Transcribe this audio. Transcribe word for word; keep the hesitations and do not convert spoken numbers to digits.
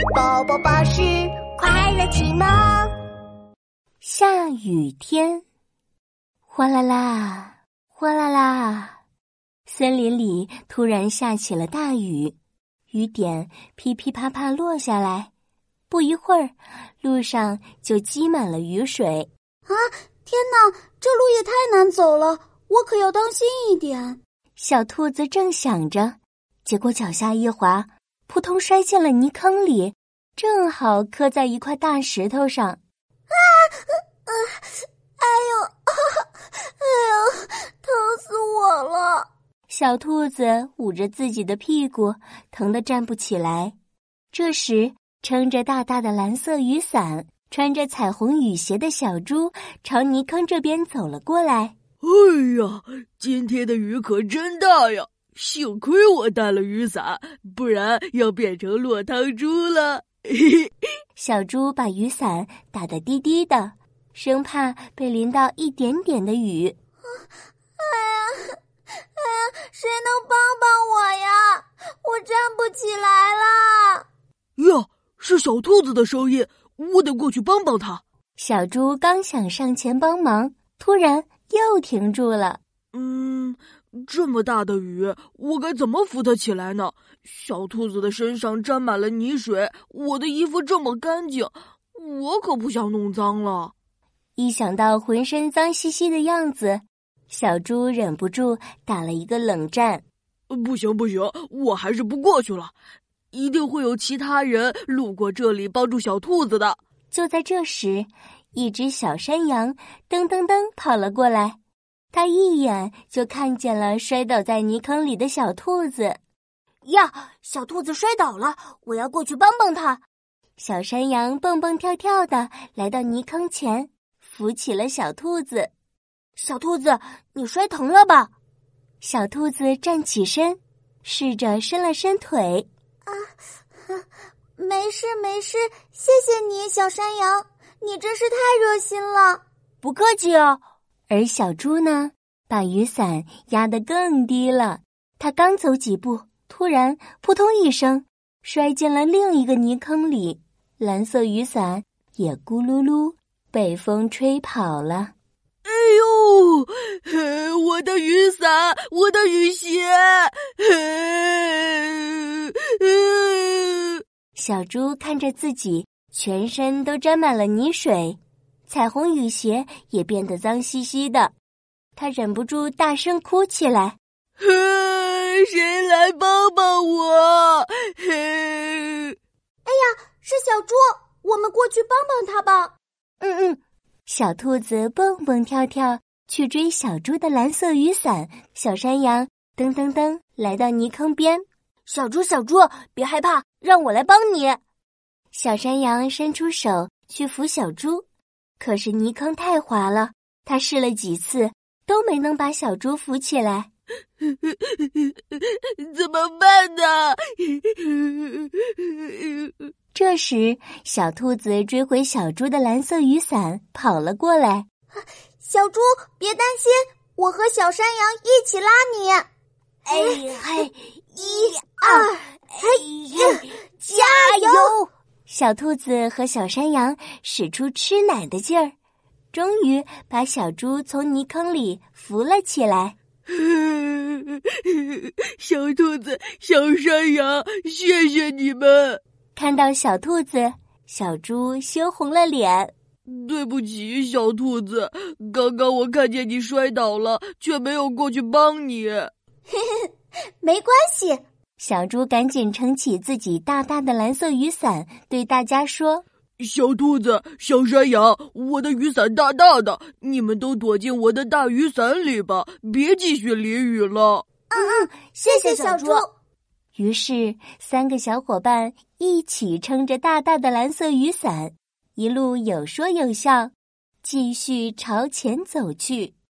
宝宝巴士快乐启蒙。 下雨天，哗啦啦，哗啦啦，森林里突然下起了大雨，雨点噼噼啪啪落下来。不一会儿，路上就积满了雨水。 啊，天哪，这路也太难走了，我可要当心一点。 小兔子正想着，结果脚下一滑，扑通摔进了泥坑里，正好磕在一块大石头上。 啊！呃、哎呦，啊，哎呦，疼死我了！ 小兔子捂着自己的屁股，疼得站不起来。这时，撑着大大的蓝色雨伞，穿着彩虹雨鞋的小猪朝泥坑这边走了过来。 哎呀，今天的雨可真大呀！幸亏我带了雨伞，不然要变成落汤猪了。 小猪把雨伞打得低低的，生怕被淋到一点点的雨。 哎呀，哎呀，谁能帮帮我呀？我站不起来了。 呀，是小兔子的声音，我得过去帮帮它。 小猪刚想上前帮忙，突然又停住了。 嗯，这么大的雨，我该怎么扶它起来呢？小兔子的身上沾满了泥水，我的衣服这么干净，我可不想弄脏了。 一想到浑身脏兮兮的样子，小猪忍不住打了一个冷战。 不行不行，我还是不过去了，一定会有其他人路过这里帮助小兔子的。 就在这时，一只小山羊噔噔噔跑了过来，它一眼就看见了摔倒在泥坑里的小兔子。 呀，小兔子摔倒了，我要过去帮帮它。 小山羊蹦蹦跳跳的来到泥坑前，扶起了小兔子。 小兔子，你摔疼了吧？ 小兔子站起身，试着伸了伸腿。 啊，没事没事，谢谢你，小山羊，你真是太热心了。 不客气哦。 而小猪呢，把雨伞压得更低了。它刚走几步，突然扑通一声，摔进了另一个泥坑里，蓝色雨伞也咕噜噜被风吹跑了。 哎呦，我的雨伞，我的雨鞋！ 小猪看着自己全身都沾满了泥水，彩虹雨鞋也变得脏兮兮的，他忍不住大声哭起来。 谁来帮帮我？ 哎呀，是小猪，我们过去帮帮他吧。 嗯嗯，小兔子蹦蹦跳跳去追小猪的蓝色雨伞，小山羊噔噔噔来到泥坑边。 小猪小猪，别害怕，让我来帮你。 小山羊伸出手去扶小猪，可是泥坑太滑了，他试了几次都没能把小猪扶起来。 怎么办呢？ 这时，小兔子追回小猪的蓝色雨伞，跑了过来。 小猪，别担心，我和小山羊一起拉你。 哎嘿，一二，嘿，加油！ 小兔子和小山羊使出吃奶的劲儿，终于把小猪从泥坑里扶了起来。 小兔子，小山羊，谢谢你们！ 看到小兔子，小猪羞红了脸。 对不起，小兔子，刚刚我看见你摔倒了，却没有过去帮你。 没关系。 小猪赶紧撑起自己大大的蓝色雨伞，对大家说： 小兔子，小山羊，我的雨伞大大的，你们都躲进我的大雨伞里吧，别继续淋雨了。 嗯嗯，谢谢小猪。 于是，三个小伙伴一起撑着大大的蓝色雨伞，一路有说有笑，继续朝前走去。